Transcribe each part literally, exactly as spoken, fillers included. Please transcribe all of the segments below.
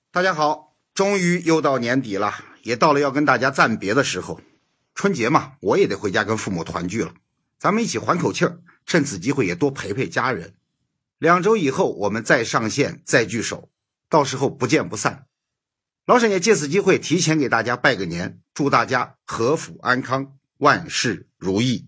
大家好，终于又到年底了，也到了要跟大家暂别的时候。春节嘛，我也得回家跟父母团聚了，咱们一起缓口气儿，趁此机会也多陪陪家人。两周以后我们再上线再聚首，到时候不见不散。老沈也借此机会提前给大家拜个年，祝大家阖府安康，万事如意。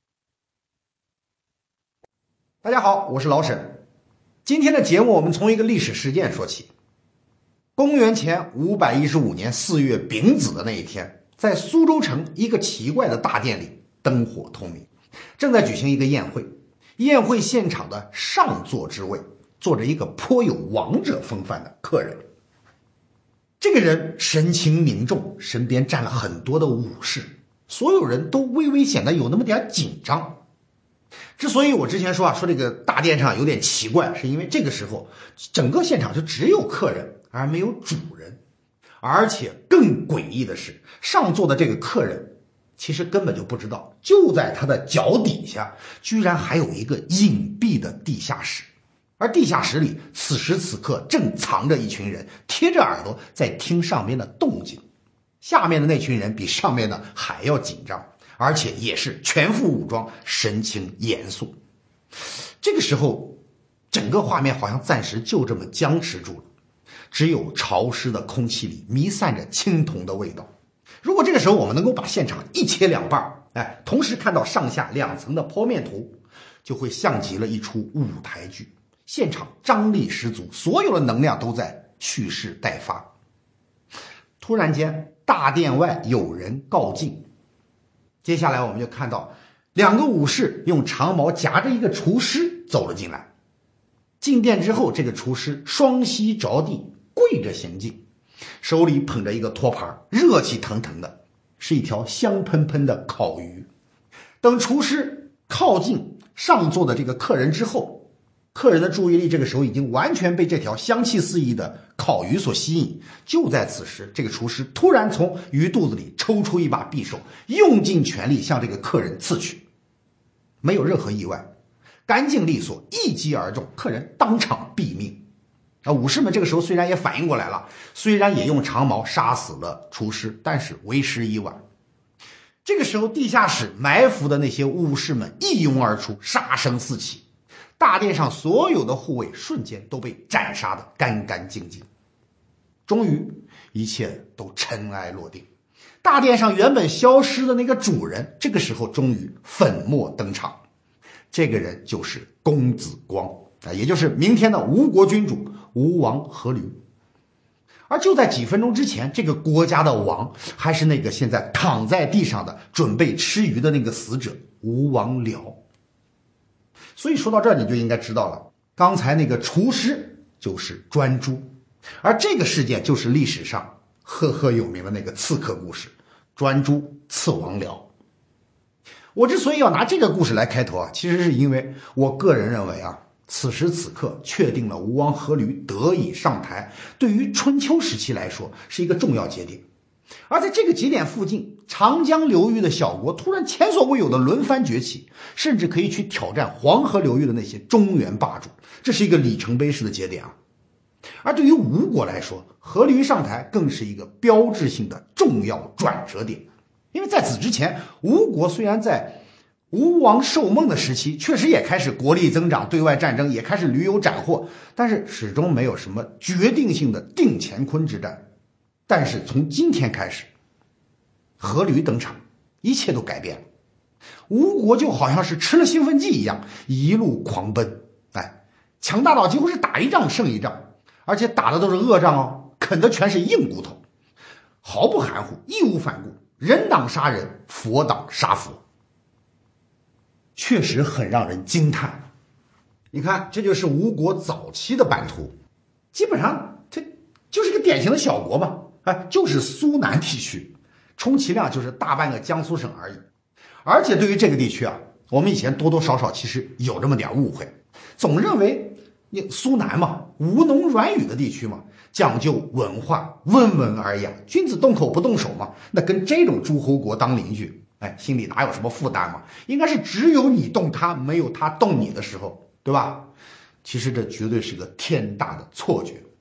大家好，我是老沈。今天的节目我们从一个历史事件说起。公元前五百一十五年四月丙子的那一天，在苏州城一个奇怪的大殿里灯火通明，正在举行一个宴会。宴会现场的上座之位坐着一个颇有王者风范的客人。这个人神情凝重，身边站了很多的武士，所有人都微微显得有那么点紧张。之所以我之前说啊，说这个大殿上有点奇怪，是因为这个时候整个现场就只有客人而没有主人。而且更诡异的是，上座的这个客人其实根本就不知道，就在他的脚底下居然还有一个隐蔽的地下室，而地下室里此时此刻正藏着一群人，贴着耳朵在听上面的动静。下面的那群人比上面的还要紧张，而且也是全副武装，神情严肃。这个时候整个画面好像暂时就这么僵持住了，只有潮湿的空气里弥散着青铜的味道。如果这个时候我们能够把现场一切两半，哎，同时看到上下两层的剖面图，就会像极了一出舞台剧，现场张力十足，所有的能量都在蓄势待发。突然间大殿外有人告进，接下来我们就看到两个武士用长矛夹着一个厨师走了进来。进殿之后，这个厨师双膝着地，跪着行进，手里捧着一个托盘，热气腾腾的，是一条香喷喷的烤鱼。等厨师靠近上座的这个客人之后，客人的注意力这个时候已经完全被这条香气四溢的烤鱼所吸引。就在此时，这个厨师突然从鱼肚子里抽出一把匕首，用尽全力向这个客人刺去。没有任何意外，干净利索，一击而中，客人当场毙命。啊，武士们这个时候虽然也反应过来了，虽然也用长矛杀死了厨师，但是为时已晚。这个时候地下室埋伏的那些武士们一拥而出，杀声四起，大殿上所有的护卫瞬间都被斩杀得干干净净。终于一切都尘埃落定，大殿上原本消失的那个主人，这个时候终于粉墨登场。这个人就是公子光啊，也就是明天的吴国君主吴王阖闾。而就在几分钟之前，这个国家的王还是那个现在躺在地上的准备吃鱼的那个死者吴王僚。所以说到这儿你就应该知道了，刚才那个厨师就是专诸，而这个事件就是历史上赫赫有名的那个刺客故事，专诸刺王僚。我之所以要拿这个故事来开头啊，其实是因为我个人认为啊，此时此刻确定了吴王阖闾得以上台，对于春秋时期来说是一个重要节点。而在这个节点附近，长江流域的小国突然前所未有的轮番崛起，甚至可以去挑战黄河流域的那些中原霸主，这是一个里程碑式的节点啊。而对于吴国来说，阖闾上台更是一个标志性的重要转折点。因为在此之前，吴国虽然在吴王受孟的时期确实也开始国力增长，对外战争也开始屡有斩获，但是始终没有什么决定性的定乾坤之战。但是从今天开始，阖闾登场，一切都改变了。吴国就好像是吃了兴奋剂一样，一路狂奔，哎，强大到几乎是打一仗胜一仗，而且打的都是恶仗哦，啃的全是硬骨头，毫不含糊，义无反顾，人挡杀人，佛挡杀佛，确实很让人惊叹。你看，这就是吴国早期的版图，基本上这就是个典型的小国嘛，哎，就是苏南地区，充其量就是大半个江苏省而已。而且对于这个地区啊，我们以前多多少少其实有这么点误会，总认为你苏南嘛，吴侬软语的地区嘛，讲究文化，温文尔雅，君子动口不动手嘛，那跟这种诸侯国当邻居，哎，心里哪有什么负担嘛？应该是只有你动他，没有他动你的时候，对吧？其实这绝对是个天大的错觉。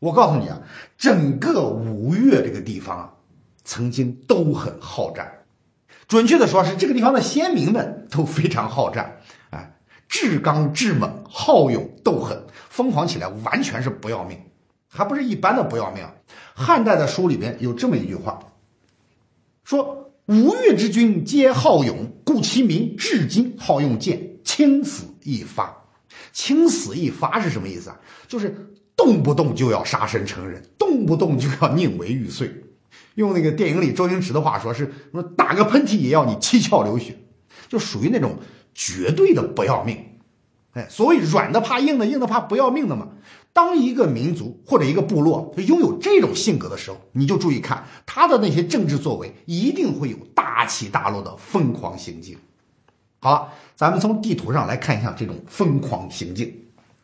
我告诉你啊，整个吴越这个地方啊，曾经都很好战。准确的说，是这个地方的先民们都非常好战，哎，至刚至猛，好勇斗狠，疯狂起来完全是不要命，还不是一般的不要命啊。汉代的书里边有这么一句话，说吴越之军皆好勇，故其民至今好用剑，轻死一发。轻死一发是什么意思啊？就是动不动就要杀身成仁，动不动就要宁为玉碎。用那个电影里周星驰的话说，是说打个喷嚏也要你七窍流血，就属于那种绝对的不要命。哎，所谓软的怕硬的，硬的怕不要命的嘛。当一个民族或者一个部落拥有这种性格的时候，你就注意看他的那些政治作为，一定会有大起大落的疯狂行径。好了，咱们从地图上来看一下这种疯狂行径。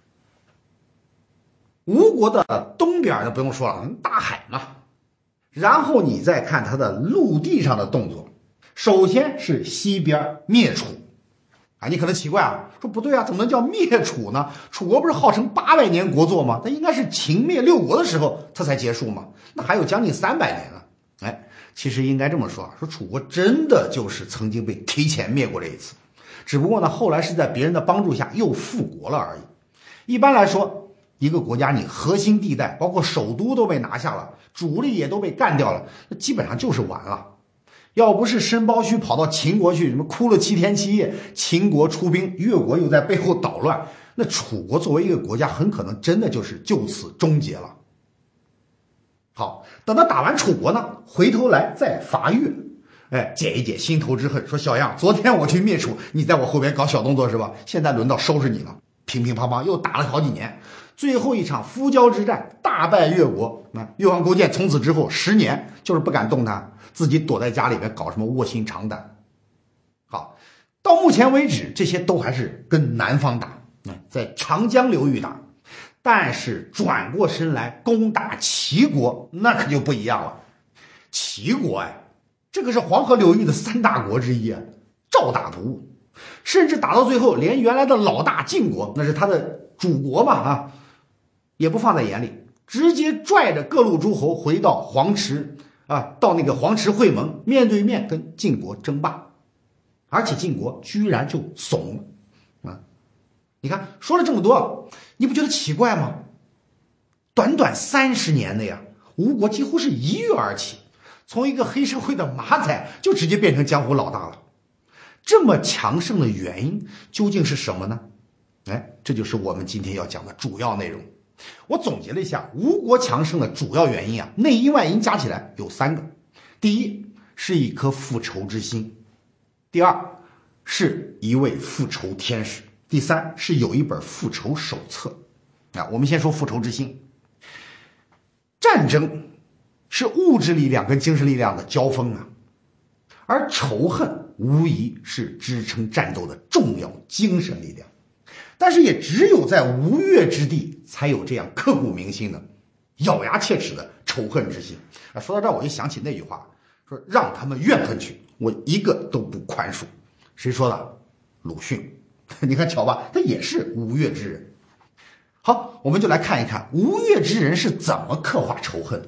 吴国的东边呢不用说了，大海嘛。然后你再看它的陆地上的动作，首先是西边灭楚啊，你可能奇怪啊，说不对啊，怎么能叫灭楚呢？楚国不是号称八百年国祚吗？那应该是秦灭六国的时候它才结束嘛，那还有将近三百年呢。哎，其实应该这么说啊，说楚国真的就是曾经被提前灭过这一次，只不过呢后来是在别人的帮助下又复国了而已。一般来说，一个国家你核心地带包括首都都被拿下了，主力也都被干掉了，那基本上就是完了。要不是申包胥跑到秦国去，什么哭了七天七夜，秦国出兵，越国又在背后捣乱，那楚国作为一个国家很可能真的就是就此终结了。好，等到打完楚国呢，回头来再伐越，哎，解一解心头之恨，说小样，昨天我去灭楚，你在我后边搞小动作是吧？现在轮到收拾你了。乒乒乓乓又打了好几年，最后一场夫交之战大败越国。那越王勾践从此之后十年就是不敢动弹，自己躲在家里面搞什么卧薪尝胆。好，到目前为止这些都还是跟南方打，在长江流域打，但是转过身来攻打齐国那可就不一样了。齐国哎，这个是黄河流域的三大国之一啊，照打不误，甚至打到最后连原来的老大晋国，那是他的主国嘛啊，也不放在眼里，直接拽着各路诸侯回到黄池啊，到那个黄池会盟，面对面跟晋国争霸，而且晋国居然就怂了啊！你看说了这么多，你不觉得奇怪吗？短短三十年的呀，吴国几乎是一跃而起，从一个黑社会的马仔就直接变成江湖老大了。这么强盛的原因究竟是什么呢？哎，这就是我们今天要讲的主要内容。我总结了一下吴国强盛的主要原因啊，内因外因加起来有三个。第一是一颗复仇之心，第二是一位复仇天使，第三是有一本复仇手册。啊，我们先说复仇之心。战争是物质力量跟精神力量的交锋啊，而仇恨无疑是支撑战斗的重要精神力量。但是也只有在吴越之地才有这样刻骨铭心的咬牙切齿的仇恨之心啊！说到这儿我就想起那句话，说让他们怨恨去，我一个都不宽恕。谁说的？鲁迅。你看巧吧，他也是吴越之人。好，我们就来看一看吴越之人是怎么刻画仇恨的。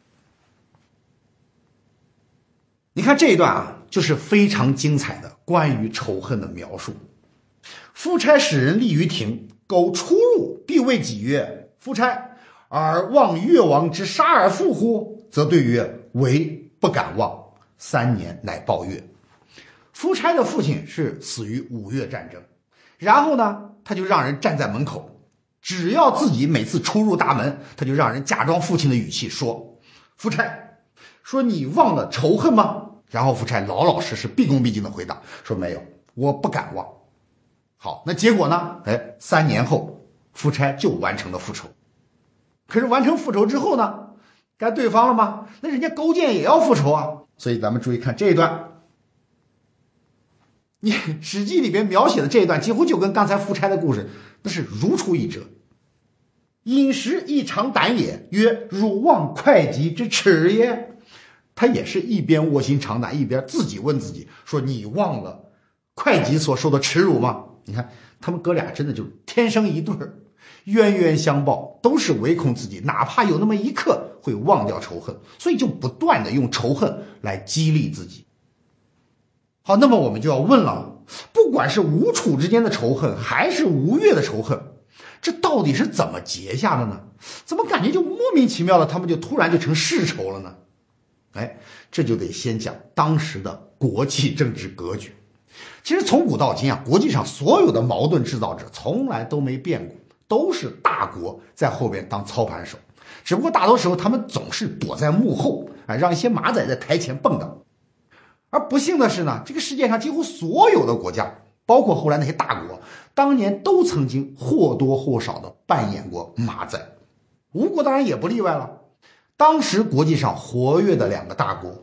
你看这一段啊，就是非常精彩的关于仇恨的描述。夫差使人立于庭，苟出入，必谓己曰：夫差，尔望越王之杀而复乎？则对曰：唯不敢忘。三年乃报越。夫差的父亲是死于五越战争，然后呢，他就让人站在门口，只要自己每次出入大门，他就让人假装父亲的语气说：夫差，说你忘了仇恨吗？然后夫差老老实实毕恭毕敬的回答说：没有，我不敢忘。好，那结果呢？哎，三年后夫差就完成了复仇。可是完成复仇之后呢，该对方了吗？那人家勾践也要复仇啊。所以咱们注意看这一段，你史记里边描写的这一段几乎就跟刚才夫差的故事那是如出一辙。饮食亦尝胆也，曰：汝忘会稽之耻耶？他也是一边卧薪尝胆，一边自己问自己说：你忘了会稽所受的耻辱吗？你看他们哥俩真的就是天生一对儿， 冤冤相报，都是唯恐自己哪怕有那么一刻会忘掉仇恨，所以就不断的用仇恨来激励自己。好，那么我们就要问了，不管是吴楚之间的仇恨还是吴越的仇恨，这到底是怎么结下的呢？怎么感觉就莫名其妙的他们就突然就成世仇了呢？哎，这就得先讲当时的国际政治格局。其实从古到今啊，国际上所有的矛盾制造者从来都没变过，都是大国在后边当操盘手，只不过大多时候他们总是躲在幕后，哎，让一些马仔在台前蹦跶。而不幸的是呢，这个世界上几乎所有的国家，包括后来那些大国，当年都曾经或多或少的扮演过马仔。吴国当然也不例外了。当时国际上活跃的两个大国，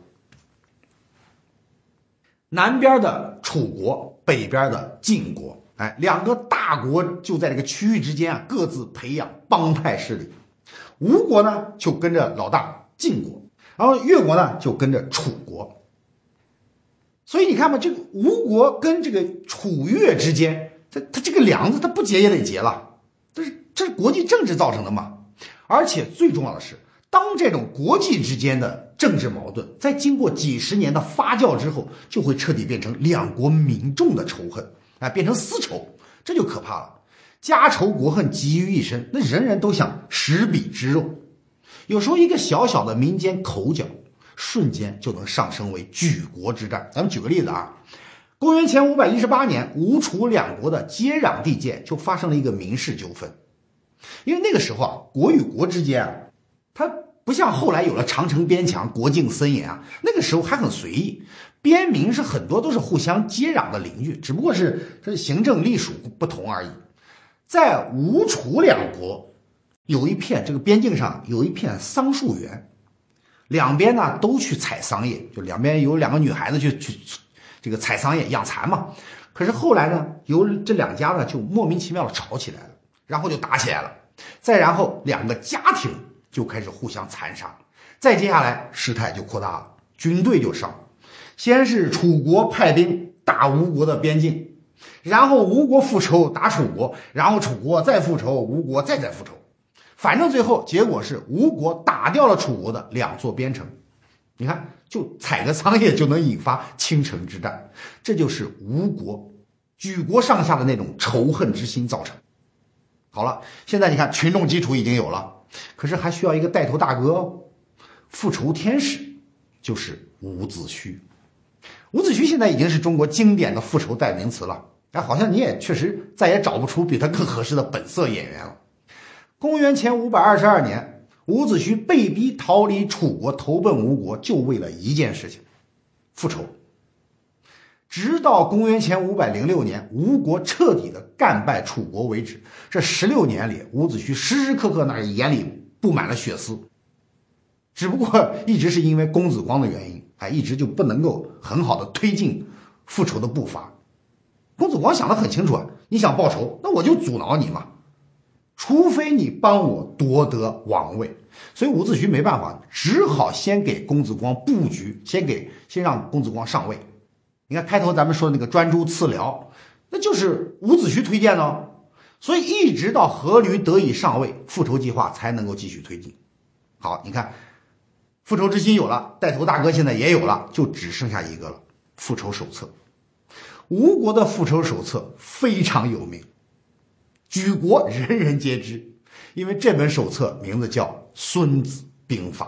南边的楚国，北边的晋国，哎，两个大国就在这个区域之间啊，各自培养帮派势力。吴国呢就跟着老大晋国，然后越国呢就跟着楚国。所以你看嘛，这个吴国跟这个楚越之间，它它这个梁子它不结也得结了，这是这是国际政治造成的嘛。而且最重要的是，当这种国际之间的政治矛盾在经过几十年的发酵之后，就会彻底变成两国民众的仇恨，哎，变成私仇，这就可怕了。家仇国恨集于一身，那人人都想食彼之肉。有时候一个小小的民间口角，瞬间就能上升为举国之战。咱们举个例子啊，公元前五百一十八年，吴楚两国的接壤地界就发生了一个民事纠纷。因为那个时候啊，国与国之间啊，它不像后来有了长城边墙，国境森严啊，那个时候还很随意，边民是很多都是互相接壤的邻居，只不过是这行政隶属不同而已。在吴楚两国有一片这个边境上有一片桑树园，两边呢都去采桑叶，就两边有两个女孩子去去这个采桑叶养蚕嘛。可是后来呢，有这两家呢就莫名其妙的吵起来了，然后就打起来了，再然后两个家庭就开始互相残杀，再接下来事态就扩大了，军队就上，先是楚国派兵打吴国的边境，然后吴国复仇打楚国，然后楚国再复仇，吴国再再复仇，反正最后结果是吴国打掉了楚国的两座边城。你看，就采个桑叶就能引发倾城之战，这就是吴国举国上下的那种仇恨之心造成。好了，现在你看群众基础已经有了，可是还需要一个带头大哥哦，复仇天使就是伍子胥。伍子胥现在已经是中国经典的复仇代名词了，哎，好像你也确实再也找不出比他更合适的本色演员了。公元前五百二十二年，伍子胥被逼逃离楚国，投奔吴国，就为了一件事情，复仇。直到公元前五百零六年，吴国彻底的干败楚国为止，这十六年里，伍子胥时时刻刻那眼里布满了血丝。只不过一直是因为公子光的原因，哎，一直就不能够很好的推进复仇的步伐。公子光想得很清楚啊，你想报仇，那我就阻挠你嘛，除非你帮我夺得王位。所以伍子胥没办法，只好先给公子光布局，先给先让公子光上位。你看开头咱们说的那个专诸刺辽，那就是伍子胥推荐的哦。所以一直到阖闾得以上位，复仇计划才能够继续推进。好，你看复仇之心有了，带头大哥现在也有了，就只剩下一个了，复仇手册。吴国的复仇手册非常有名，举国人人皆知，因为这本手册名字叫《孙子兵法》。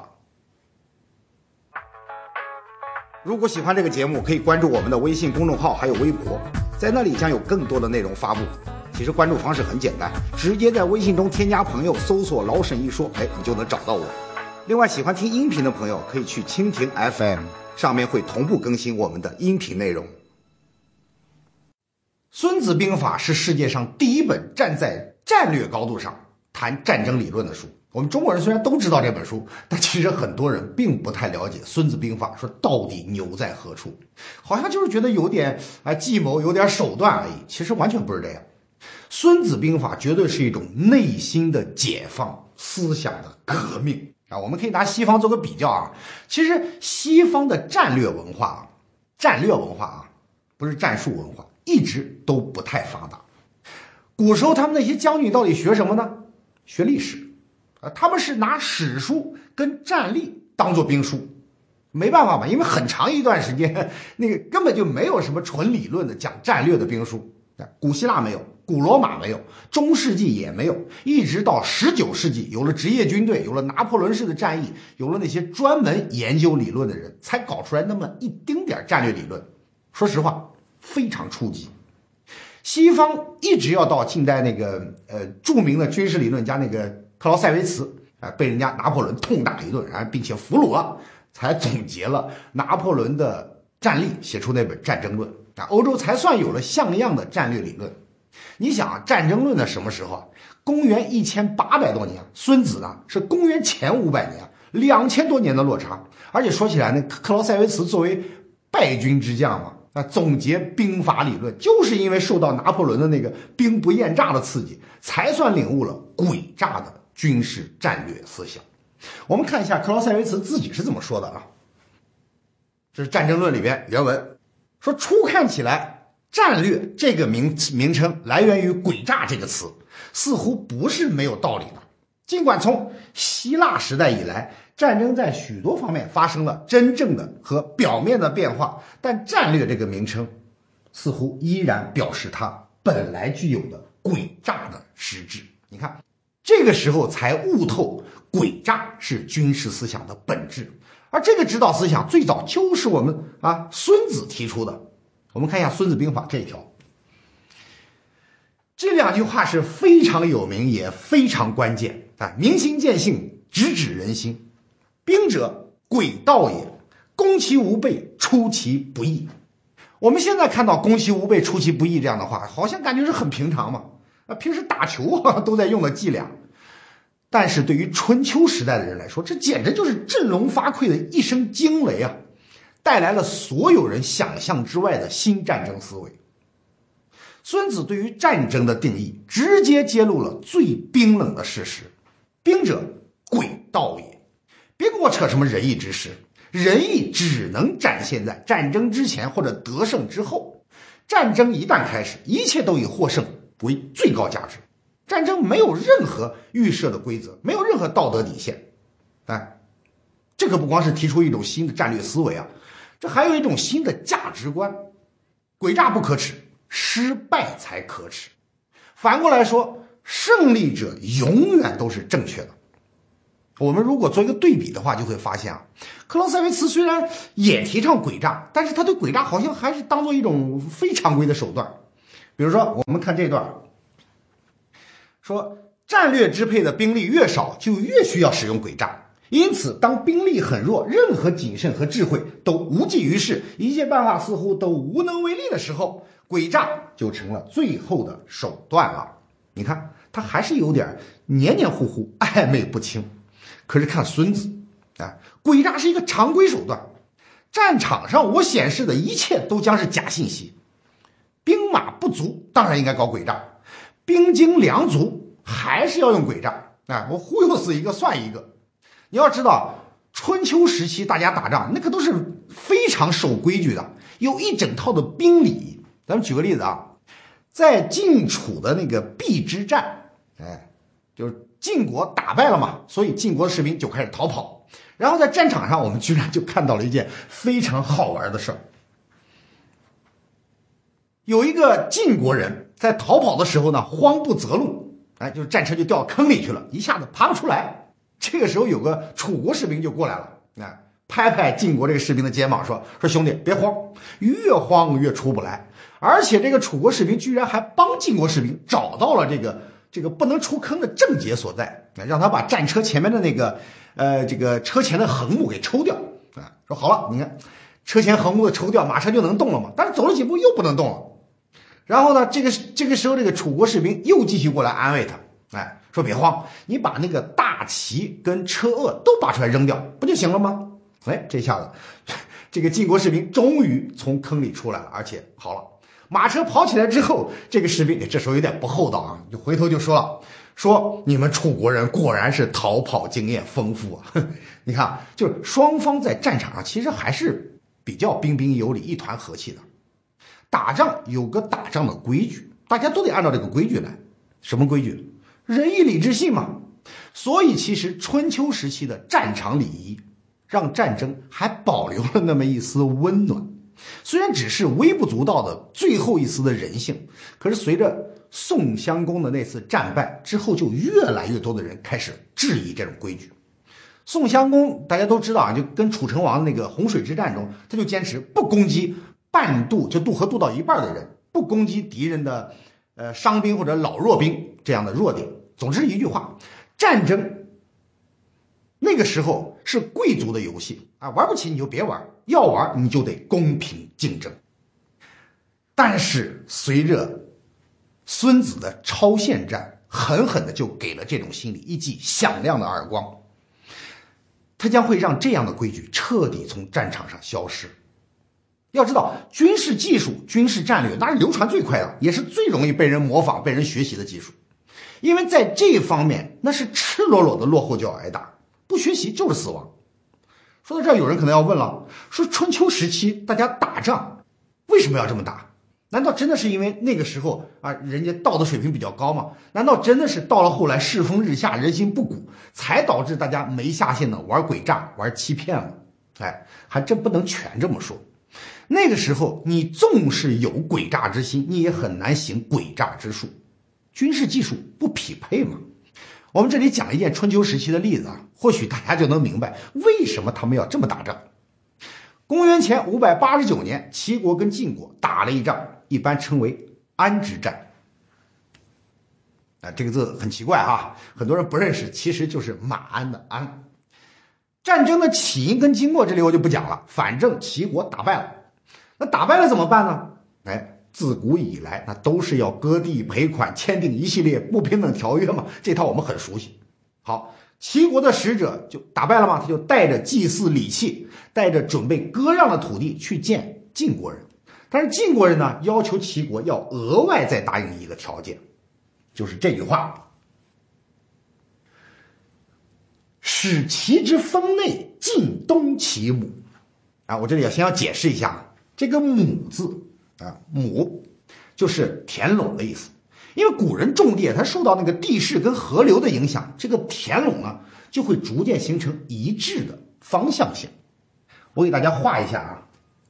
如果喜欢这个节目，可以关注我们的微信公众号还有微博，在那里将有更多的内容发布。其实关注方式很简单，直接在微信中添加朋友，搜索老沈一说，哎，你就能找到我。另外喜欢听音频的朋友可以去蜻蜓 F M， 上面会同步更新我们的音频内容。 孙子兵法是世界上第一本站在战略高度上谈战争理论的书。我们中国人虽然都知道这本书，但其实很多人并不太了解孙子兵法说到底牛在何处，好像就是觉得有点哎计谋，有点手段而已，其实完全不是这样。孙子兵法绝对是一种内心的解放，思想的革命啊！我们可以拿西方做个比较啊，其实西方的战略文化，战略文化啊，不是战术文化，一直都不太发达。古时候他们那些将军到底学什么呢？ 学历史，啊，他们是拿史书跟战例当做兵书。没办法嘛，因为很长一段时间，那个根本就没有什么纯理论的讲战略的兵书。古希腊没有，古罗马没有，中世纪也没有，一直到十九世纪，有了职业军队，有了拿破仑式的战役，有了那些专门研究理论的人，才搞出来那么一丁点战略理论。说实话，非常初级。西方一直要到近代那个呃著名的军事理论家那个克劳塞维茨啊、呃，被人家拿破仑痛打一顿，然后并且俘虏了，才总结了拿破仑的战例，写出那本《战争论》啊，欧洲才算有了像样的战略理论。你想啊，《战争论》呢什么时候啊？公元一千八百多年，孙子呢是公元前五百年，两千多年的落差。而且说起来呢，克劳塞维茨作为败军之将嘛，啊，总结兵法理论，就是因为受到拿破仑的那个兵不厌诈的刺激，才算领悟了诡诈的军事战略思想。我们看一下克劳塞维茨自己是怎么说的啊？这是《战争论》里边原文说，初看起来，战略这个名名称来源于诡诈这个词，似乎不是没有道理的。尽管从希腊时代以来，战争在许多方面发生了真正的和表面的变化，但战略这个名称似乎依然表示它本来具有的诡诈的实质。你看，这个时候才悟透诡诈是军事思想的本质，而这个指导思想最早就是我们啊孙子提出的。我们看一下《孙子兵法》这一条，这两句话是非常有名也非常关键啊！明心见性，直指人心。兵者，诡道也，攻其无备，出其不意。我们现在看到攻其无备，出其不意这样的话，好像感觉是很平常嘛，啊，平时打球啊都在用的伎俩。但是对于春秋时代的人来说，这简直就是振聋发聩的一声惊雷啊！带来了所有人想象之外的新战争思维。孙子对于战争的定义直接揭露了最冰冷的事实：兵者，诡道也。别跟我扯什么仁义之师，仁义只能展现在战争之前或者得胜之后。战争一旦开始，一切都以获胜为最高价值。战争没有任何预设的规则，没有任何道德底线。哎，这可不光是提出一种新的战略思维啊，这还有一种新的价值观。诡诈不可耻，失败才可耻。反过来说，胜利者永远都是正确的。我们如果做一个对比的话，就会发现啊，克劳塞维茨虽然也提倡诡诈，但是他对诡诈好像还是当做一种非常规的手段。比如说，我们看这段，说战略支配的兵力越少，就越需要使用诡诈。因此，当兵力很弱，任何谨慎和智慧都无济于事，一切办法似乎都无能为力的时候，诡诈就成了最后的手段了。你看，他还是有点黏黏糊糊、暧昧不清。可是看孙子啊，诡诈是一个常规手段。战场上我显示的一切都将是假信息。兵马不足，当然应该搞诡诈；兵精粮足，还是要用诡诈。啊，我忽悠死一个算一个。你要知道，春秋时期大家打仗那个都是非常守规矩的，有一整套的兵礼。咱们举个例子啊，在晋楚的那个邲之战，哎，就是晋国打败了嘛，所以晋国的士兵就开始逃跑。然后在战场上，我们居然就看到了一件非常好玩的事儿。有一个晋国人在逃跑的时候呢，慌不择路，哎，就是战车就掉到坑里去了，一下子爬不出来。这个时候有个楚国士兵就过来了，哎，拍拍晋国这个士兵的肩膀说：“说兄弟别慌，越慌越出不来。”而且这个楚国士兵居然还帮晋国士兵找到了这个这个不能出坑的症结所在，让他把战车前面的那个呃这个车前的横木给抽掉啊。说好了，你看车前横木的抽掉，马车就能动了嘛。但是走了几步又不能动了。然后呢，这个这个时候这个楚国士兵又继续过来安慰他，哎，说别慌，你把那个大旗跟车轭都拔出来扔掉，不就行了吗？哎，这下子这个晋国士兵终于从坑里出来了，而且好了。马车跑起来之后，这个士兵这时候有点不厚道啊，就回头就说了，说你们楚国人果然是逃跑经验丰富啊。你看，就是双方在战场上其实还是比较彬彬有礼，一团和气的。打仗有个打仗的规矩，大家都得按照这个规矩来。什么规矩？仁义礼智信嘛。 所以其实春秋时期的战场礼仪让战争还保留了那么一丝温暖，虽然只是微不足道的最后一丝的人性，可是随着宋襄公的那次战败之后，就越来越多的人开始质疑这种规矩。宋襄公大家都知道啊，就跟楚成王那个洪水之战中，他就坚持不攻击半渡就渡河渡到一半的人，不攻击敌人的呃伤兵或者老弱兵这样的弱点。总之一句话，战争那个时候是贵族的游戏啊，玩不起你就别玩，要玩你就得公平竞争。但是随着孙子的超限战，狠狠的就给了这种心理一记响亮的耳光，它将会让这样的规矩彻底从战场上消失。要知道，军事技术、军事战略那是流传最快的，也是最容易被人模仿、被人学习的技术。因为在这方面，那是赤裸裸的落后就要挨打，不学习就是死亡。说到这儿，有人可能要问了，说春秋时期大家打仗为什么要这么打？难道真的是因为那个时候啊，人家道德水平比较高吗？难道真的是到了后来世风日下、人心不古，才导致大家没下限的玩诡诈、玩欺骗吗？哎，还真不能全这么说。那个时候你纵是有诡诈之心，你也很难行诡诈之术，军事技术不匹配嘛。我们这里讲一件春秋时期的例子啊，或许大家就能明白为什么他们要这么打仗。公元前五百八十九年，齐国跟晋国打了一仗，一般称为安之战。啊，这个字很奇怪哈，很多人不认识，其实就是马鞍的鞍。战争的起因跟经过这里我就不讲了，反正齐国打败了。那打败了怎么办呢？哎，自古以来那都是要割地赔款，签订一系列不平等条约嘛，这套我们很熟悉。好，齐国的使者就打败了嘛，他就带着祭祀礼器，带着准备割让的土地去见晋国人。但是晋国人呢，要求齐国要额外再答应一个条件，就是这句话：使齐之封内尽东齐亩。啊，我这里要先要解释一下，这个亩字啊，亩就是田垄的意思。因为古人种地，它受到那个地势跟河流的影响，这个田垄呢就会逐渐形成一致的方向性。我给大家画一下啊，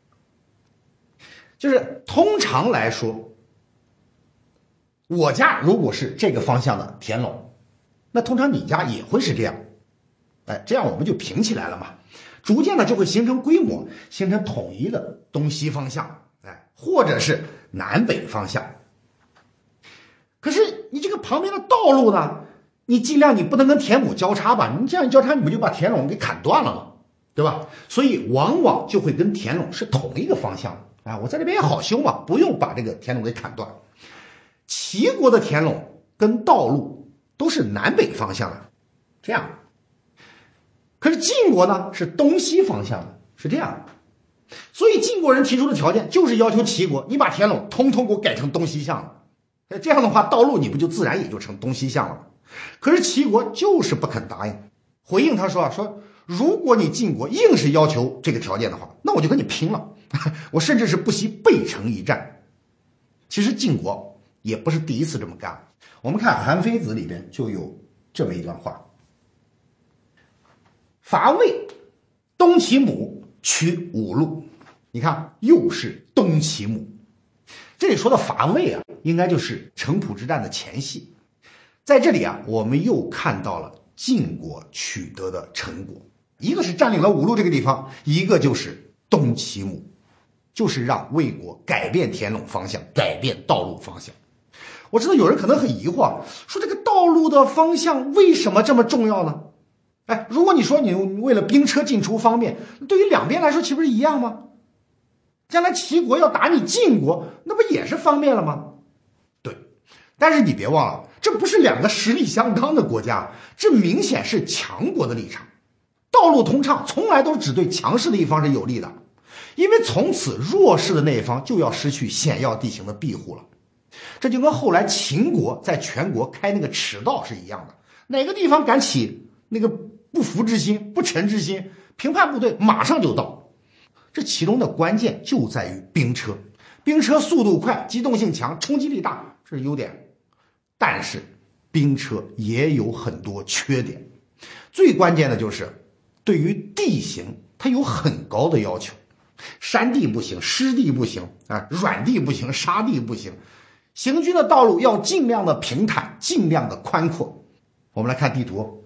就是通常来说，我家如果是这个方向的田垄，那通常你家也会是这样。哎，这样我们就平起来了嘛，逐渐的就会形成规模，形成统一的东西方向，哎，或者是南北方向。可是你这个旁边的道路呢，你尽量你不能跟田亩交叉吧，你这样一交叉你不就把田垄给砍断了吗？对吧？所以往往就会跟田垄是同一个方向。哎，我在这边也好修嘛，不用把这个田垄给砍断。齐国的田垄跟道路都是南北方向的，这样。可是晋国呢是东西方向的，是这样。所以晋国人提出的条件就是要求齐国，你把田垄通通给我改成东西向了。这样的话，道路你不就自然也就成东西向了吗？可是齐国就是不肯答应，回应他说啊，说如果你晋国硬是要求这个条件的话，那我就跟你拼了，我甚至是不惜背城一战。其实晋国也不是第一次这么干，我们看《韩非子》里边就有这么一段话：伐魏，东齐亩，取五路。你看，又是东齐亩。这里说的伐魏啊，应该就是城濮之战的前夕。在这里啊，我们又看到了晋国取得的成果，一个是占领了五路这个地方，一个就是东齐亩，就是让魏国改变田垄方向，改变道路方向。我知道有人可能很疑惑，说这个道路的方向为什么这么重要呢？哎，如果你说你为了兵车进出方便，对于两边来说岂不是一样吗？将来齐国要打你晋国，那不也是方便了吗？对，但是你别忘了，这不是两个实力相当的国家，这明显是强国的立场。道路通畅从来都是只对强势的一方是有利的，因为从此弱势的那一方就要失去险要地形的庇护了。这就跟后来秦国在全国开那个驰道是一样的，哪个地方敢起那个不服之心、不臣之心，平叛部队马上就到。这其中的关键就在于兵车，兵车速度快，机动性强，冲击力大，这是优点。但是兵车也有很多缺点，最关键的就是对于地形它有很高的要求，山地不行，湿地不行啊，软地不行，沙地不行，行军的道路要尽量的平坦，尽量的宽阔。我们来看地图，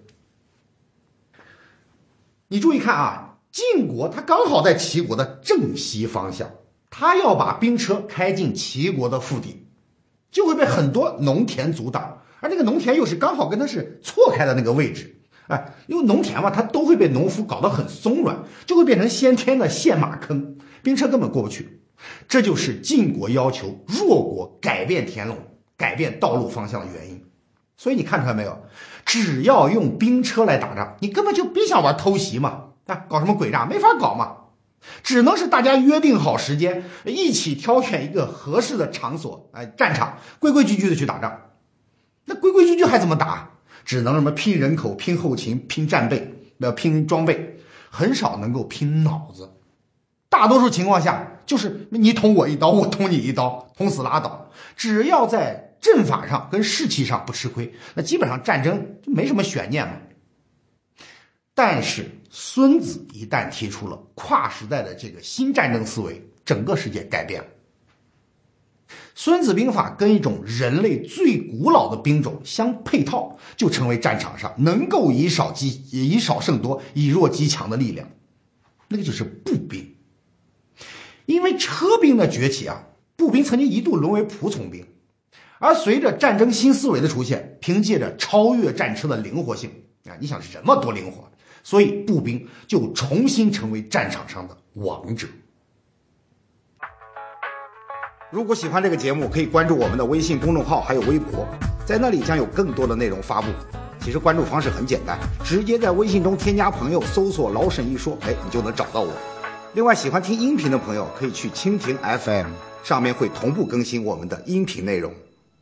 你注意看啊，晋国它刚好在齐国的正西方向，它要把兵车开进齐国的腹地，就会被很多农田阻挡，而那个农田又是刚好跟它是错开的那个位置。哎，因为农田嘛，它都会被农夫搞得很松软，就会变成先天的陷马坑，兵车根本过不去。这就是晋国要求弱国改变田垄、改变道路方向的原因。所以你看出来没有？只要用兵车来打仗，你根本就别想玩偷袭嘛，啊，搞什么诡诈，没法搞嘛。只能是大家约定好时间，一起挑选一个合适的场所，哎，战场，规规矩矩的去打仗。那规规矩矩还怎么打？只能什么拼人口、拼后勤、拼战备、呃拼装备，很少能够拼脑子。大多数情况下就是你捅我一刀，我捅你一刀，捅死拉倒。只要在阵法上跟士气上不吃亏，那基本上战争就没什么悬念嘛。但是孙子一旦提出了跨时代的这个新战争思维，整个世界改变了。孙子兵法跟一种人类最古老的兵种相配套，就成为战场上能够以少击以少胜多、以弱击强的力量，那个就是步兵。因为车兵的崛起啊，步兵曾经一度沦为仆从兵，而随着战争新思维的出现，凭借着超越战车的灵活性啊，你想人嘛多灵活，所以步兵就重新成为战场上的王者。 如果喜欢这个节目，可以关注我们的微信公众号还有微博，在那里将有更多的内容发布。其实关注方式很简单，直接在微信中添加朋友，搜索老沈一说，哎，你就能找到我。另外喜欢听音频的朋友可以去蜻蜓 F M， 上面会同步更新我们的音频内容。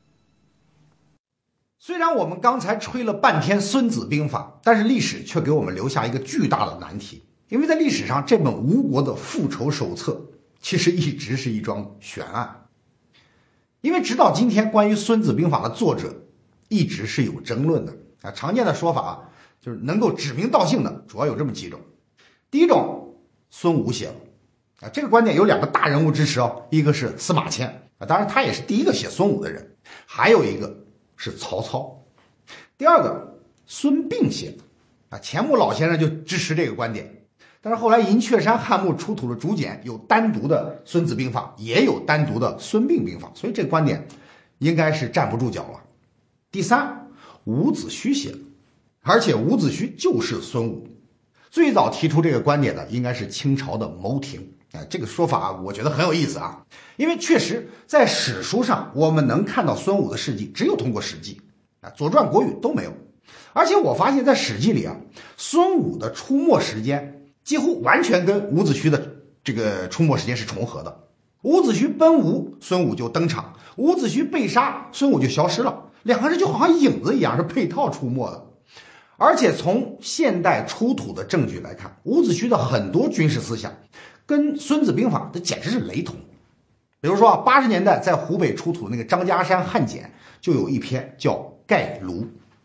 虽然我们刚才吹了半天孙子兵法，但是历史却给我们留下一个巨大的难题，因为在历史上这本吴国的复仇手册其实一直是一桩悬案。因为直到今天，关于孙子兵法的作者一直是有争论的啊。常见的说法啊，就是能够指名道姓的主要有这么几种。第一种，孙武写了啊，这个观点有两个大人物支持哦，一个是司马迁啊，当然他也是第一个写孙武的人，还有一个是曹操。第二个，孙膑写的啊，钱穆老先生就支持这个观点。但是后来银雀山汉墓出土的竹简有单独的孙子兵法，也有单独的孙膑兵法，所以这个观点应该是站不住脚了。第三，伍子胥写的，而且伍子胥就是孙武。最早提出这个观点的应该是清朝的牟廷啊，这个说法我觉得很有意思啊，因为确实在史书上我们能看到孙武的事迹，只有通过史记啊，左传国语都没有。而且我发现在史记里啊，孙武的出没时间几乎完全跟伍子胥的这个出没时间是重合的。伍子胥奔吴，孙武就登场；伍子胥被杀，孙武就消失了。两个人就好像影子一样，是配套出没的。而且从现代出土的证据来看，伍子胥的很多军事思想跟孙子兵法这简直是雷同。比如说啊，八十年代在湖北出土的那个张家山汉简就有一篇叫《盖庐》，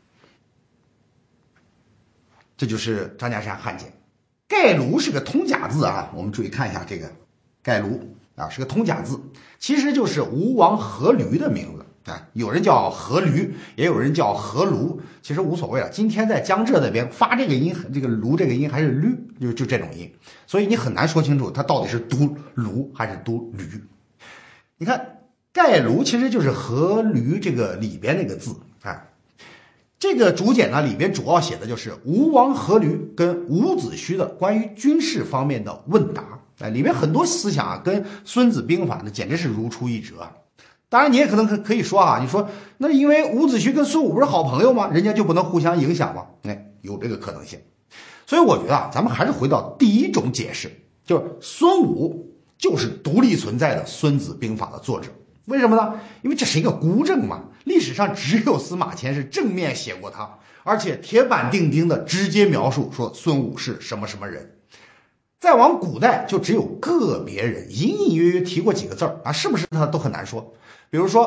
这就是张家山汉简。盖庐是个通假字啊，我们注意看一下这个盖庐啊，是个通假字，其实就是吴王阖闾的名字啊，有人叫阖闾，也有人叫阖庐，其实无所谓了。今天在江浙那边发这个音，这个庐这个音还是驴，就就这种音，所以你很难说清楚它到底是读庐还是读驴。你看盖庐其实就是阖闾这个里边那个字啊。这个竹简呢，里边主要写的就是吴王阖闾跟伍子胥的关于军事方面的问答，哎，里面很多思想啊，跟孙子兵法呢简直是如出一辙啊。当然，你也可能可可以说啊，你说那因为伍子胥跟孙武不是好朋友吗？人家就不能互相影响吗？哎，有这个可能性。所以我觉得啊，咱们还是回到第一种解释，就是孙武就是独立存在的孙子兵法的作者。为什么呢？因为这是一个孤证嘛，历史上只有司马迁是正面写过他，而且铁板钉钉的直接描述说孙武是什么什么人。再往古代就只有个别人隐隐约约提过几个字儿啊，是不是他都很难说。比如说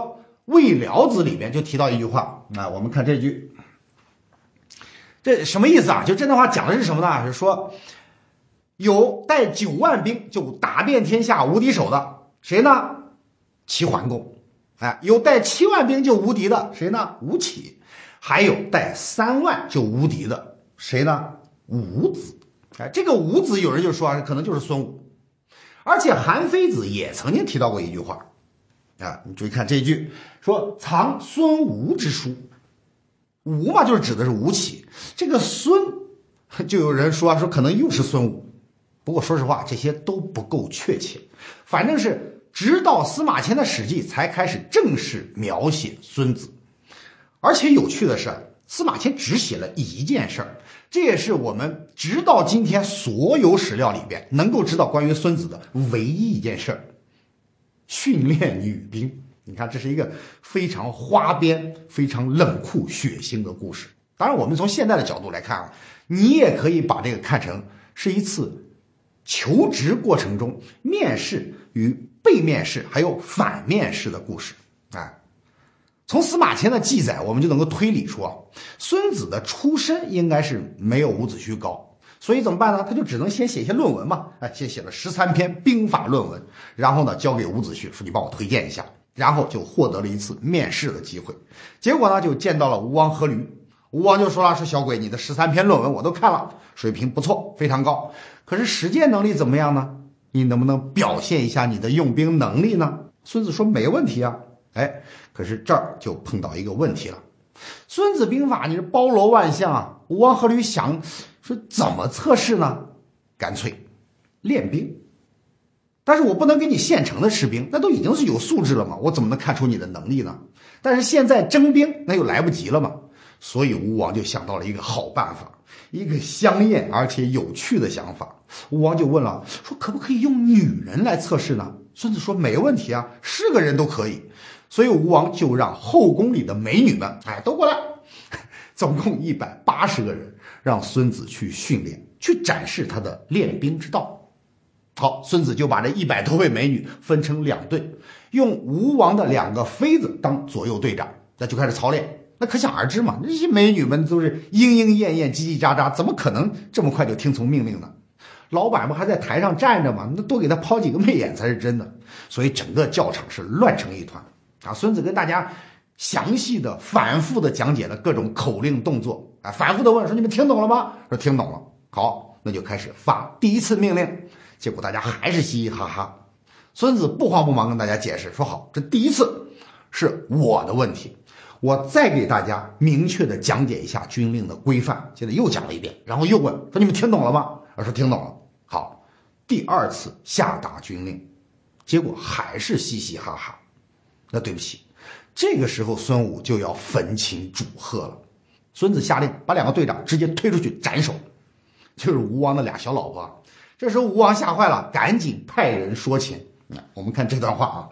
魏辽子》里面就提到一句话啊，我们看这句，这什么意思啊？就这段话讲的是什么呢？是说有带九万兵就打遍天下无敌手的谁呢？齐桓公。哎，有带七万兵就无敌的谁呢？吴起。还有带三万就无敌的谁呢？伍子。哎，这个伍子有人就说可能就是孙武。而且韩非子也曾经提到过一句话啊，你注意看这一句，说藏孙吴之书。吴嘛，就是指的是吴起，这个孙就有人说说可能又是孙武。不过说实话，这些都不够确切，反正是直到司马迁的《史记》才开始正式描写孙子。而且有趣的是，司马迁只写了一件事儿，这也是我们直到今天所有史料里边能够知道关于孙子的唯一一件事儿：训练女兵。你看，这是一个非常花边、非常冷酷、血腥的故事。当然，我们从现在的角度来看啊，你也可以把这个看成是一次求职过程中面试与被面试还有反面试的故事。哎，从司马迁的记载，我们就能够推理出啊，孙子的出身应该是没有伍子胥高，所以怎么办呢？他就只能先写一些论文嘛，哎，先写了十三篇兵法论文，然后呢交给伍子胥，说你帮我推荐一下，然后就获得了一次面试的机会。结果呢，就见到了吴王阖闾，吴王就说了，说小鬼，你的十三篇论文我都看了，水平不错，非常高，可是实践能力怎么样呢？你能不能表现一下你的用兵能力呢？孙子说没问题啊。哎，可是这儿就碰到一个问题了。孙子兵法你是包罗万象啊，吴王阖闾想说怎么测试呢？干脆练兵。但是我不能给你现成的士兵，那都已经是有素质了嘛，我怎么能看出你的能力呢？但是现在征兵那又来不及了嘛，所以吴王就想到了一个好办法，一个香艳而且有趣的想法。吴王就问了，说可不可以用女人来测试呢？孙子说没问题啊，是个人都可以。所以吴王就让后宫里的美女们，哎，都过来，总共一百八十个人，让孙子去训练，去展示他的练兵之道。好，孙子就把这一百多位美女分成两队，用吴王的两个妃子当左右队长，那就开始操练。那可想而知嘛，这些美女们都是莺莺燕燕、叽叽喳喳，怎么可能这么快就听从命令呢？老板不还在台上站着吗？那多给他抛几个媚眼才是真的。所以整个教场是乱成一团啊！孙子跟大家详细的、反复的讲解了各种口令动作，啊，反复的问说：“你们听懂了吗？”说听懂了。好，那就开始发第一次命令。结果大家还是嘻嘻哈哈。孙子不慌不忙跟大家解释说：“好，这第一次是我的问题，我再给大家明确的讲解一下军令的规范。”现在又讲了一遍，然后又问说：“你们听懂了吗？”我说听懂了。好，第二次下达军令，结果还是嘻嘻哈哈。那对不起，这个时候孙武就要焚琴祝贺了。孙子下令把两个队长直接推出去斩首，就是吴王的俩小老婆。这时候吴王吓坏了，赶紧派人说情。我们看这段话啊，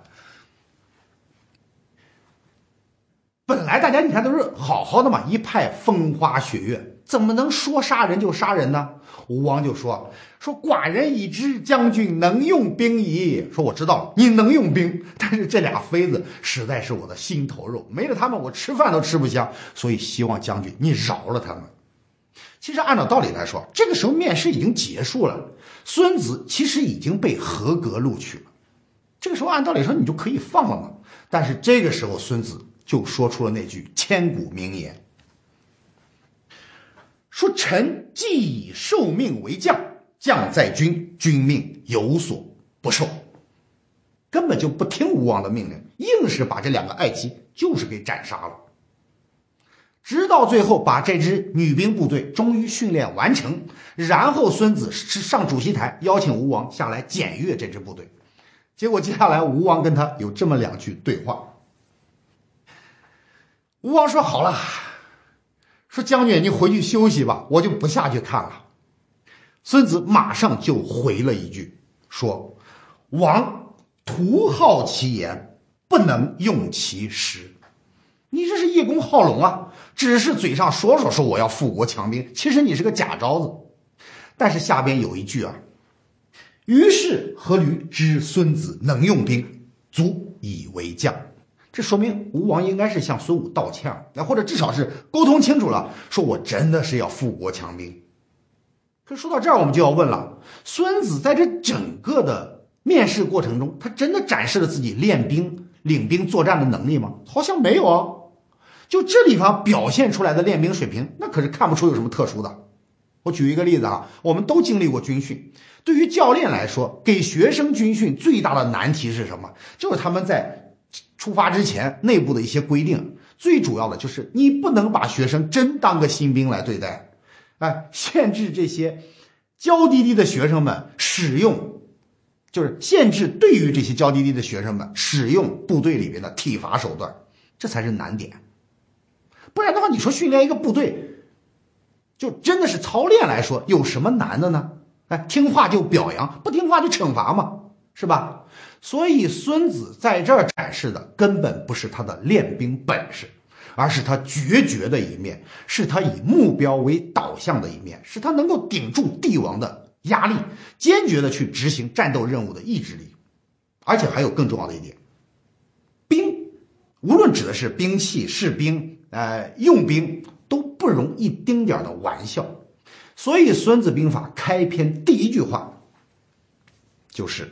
本来大家你看都是好好的嘛，一派风花雪月，怎么能说杀人就杀人呢？吴王就说说寡人已知将军能用兵矣，说我知道了，你能用兵，但是这俩妃子实在是我的心头肉，没了他们我吃饭都吃不香，所以希望将军你饶了他们。其实按照道理来说，这个时候面试已经结束了，孙子其实已经被合格录取了，这个时候按道理说你就可以放了嘛。但是这个时候孙子就说出了那句千古名言，说臣既以受命为将，将在军，军命有所不受。根本就不听吴王的命令，硬是把这两个爱妻就是给斩杀了。直到最后把这支女兵部队终于训练完成，然后孙子上主席台邀请吴王下来检阅这支部队。结果接下来吴王跟他有这么两句对话。吴王说好了，说将军你回去休息吧，我就不下去看了。孙子马上就回了一句说，王徒好其言，不能用其实。你这是叶公好龙啊，只是嘴上说说说我要富国强兵，其实你是个假招子。但是下边有一句啊，于是阖闾知孙子能用兵，足以为将。 这说明吴王应该是向孙武道歉了，或者至少是沟通清楚了，说我真的是要富国强兵。可说到这儿，我们就要问了，孙子在这整个的面试过程中，他真的展示了自己练兵、领兵作战的能力吗？好像没有啊。就这地方表现出来的练兵水平，那可是看不出有什么特殊的。我举一个例子啊，我们都经历过军训，对于教练来说，给学生军训最大的难题是什么？就是他们在出发之前内部的一些规定，最主要的就是你不能把学生真当个新兵来对待，哎，限制这些娇滴滴的学生们使用，就是限制对于这些娇滴滴的学生们使用部队里面的体罚手段，这才是难点。不然的话，你说训练一个部队，就真的是操练来说，有什么难的呢？哎，听话就表扬，不听话就惩罚嘛，是吧？所以孙子在这儿展示的根本不是他的练兵本事，而是他决绝的一面，是他以目标为导向的一面，是他能够顶住帝王的压力，坚决的去执行战斗任务的意志力。而且还有更重要的一点，兵无论指的是兵器、士兵、呃用兵，都不容一丁点的玩笑。所以《孙子兵法》开篇第一句话就是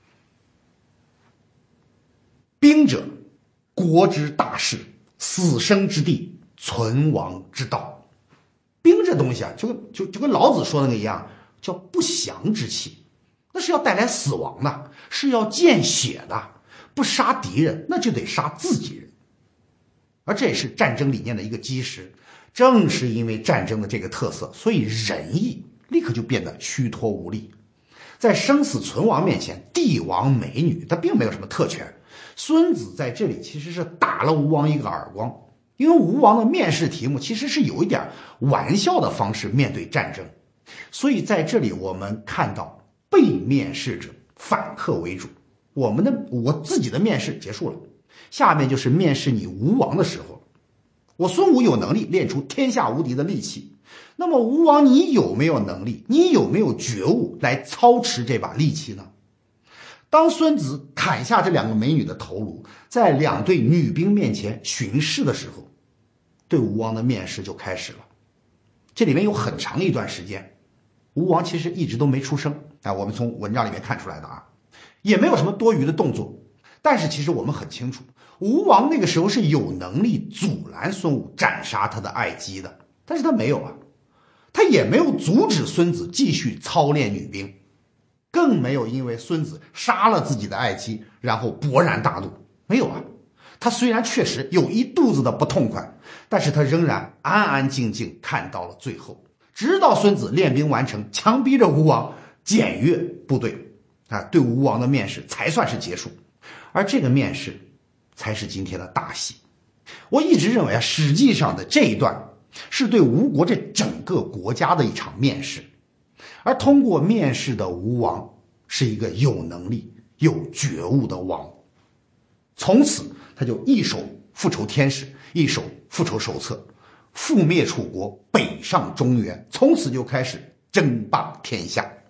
兵者，国之大事，死生之地，存亡之道。兵这东西啊，就跟就就跟老子说的那个一样，叫不祥之气，那是要带来死亡的，是要见血的。不杀敌人，那就得杀自己人。而这也是战争理念的一个基石。正是因为战争的这个特色，所以仁义立刻就变得虚脱无力。在生死存亡面前，帝王美女他并没有什么特权。孙子在这里其实是打了吴王一个耳光，因为吴王的面试题目其实是有一点玩笑的方式面对战争，所以在这里我们看到被面试者反客为主。我们的我自己的面试结束了，下面就是面试你吴王的时候。我孙武有能力练出天下无敌的利器，那么吴王你有没有能力，你有没有觉悟来操持这把利器呢？当孙子砍下这两个美女的头颅，在两队女兵面前巡视的时候，对吴王的面试就开始了。这里面有很长一段时间，吴王其实一直都没出声，哎，我们从文章里面看出来的啊，也没有什么多余的动作。但是其实我们很清楚，吴王那个时候是有能力阻拦孙武斩杀他的爱姬的，但是他没有啊，他也没有阻止孙子继续操练女兵，更没有因为孙子杀了自己的爱姬然后勃然大怒，没有啊。他虽然确实有一肚子的不痛快，但是他仍然安安静静看到了最后，直到孙子练兵完成，强逼着吴王检阅部队啊，对吴王的面试才算是结束。而这个面试才是今天的大戏。我一直认为啊，史记上的这一段是对吴国这整个国家的一场面试，而通过面试的吴王是一个有能力、有觉悟的王。从此他就一手复仇天使，一手复仇手册，覆灭楚国，北上中原，从此就开始争霸天下。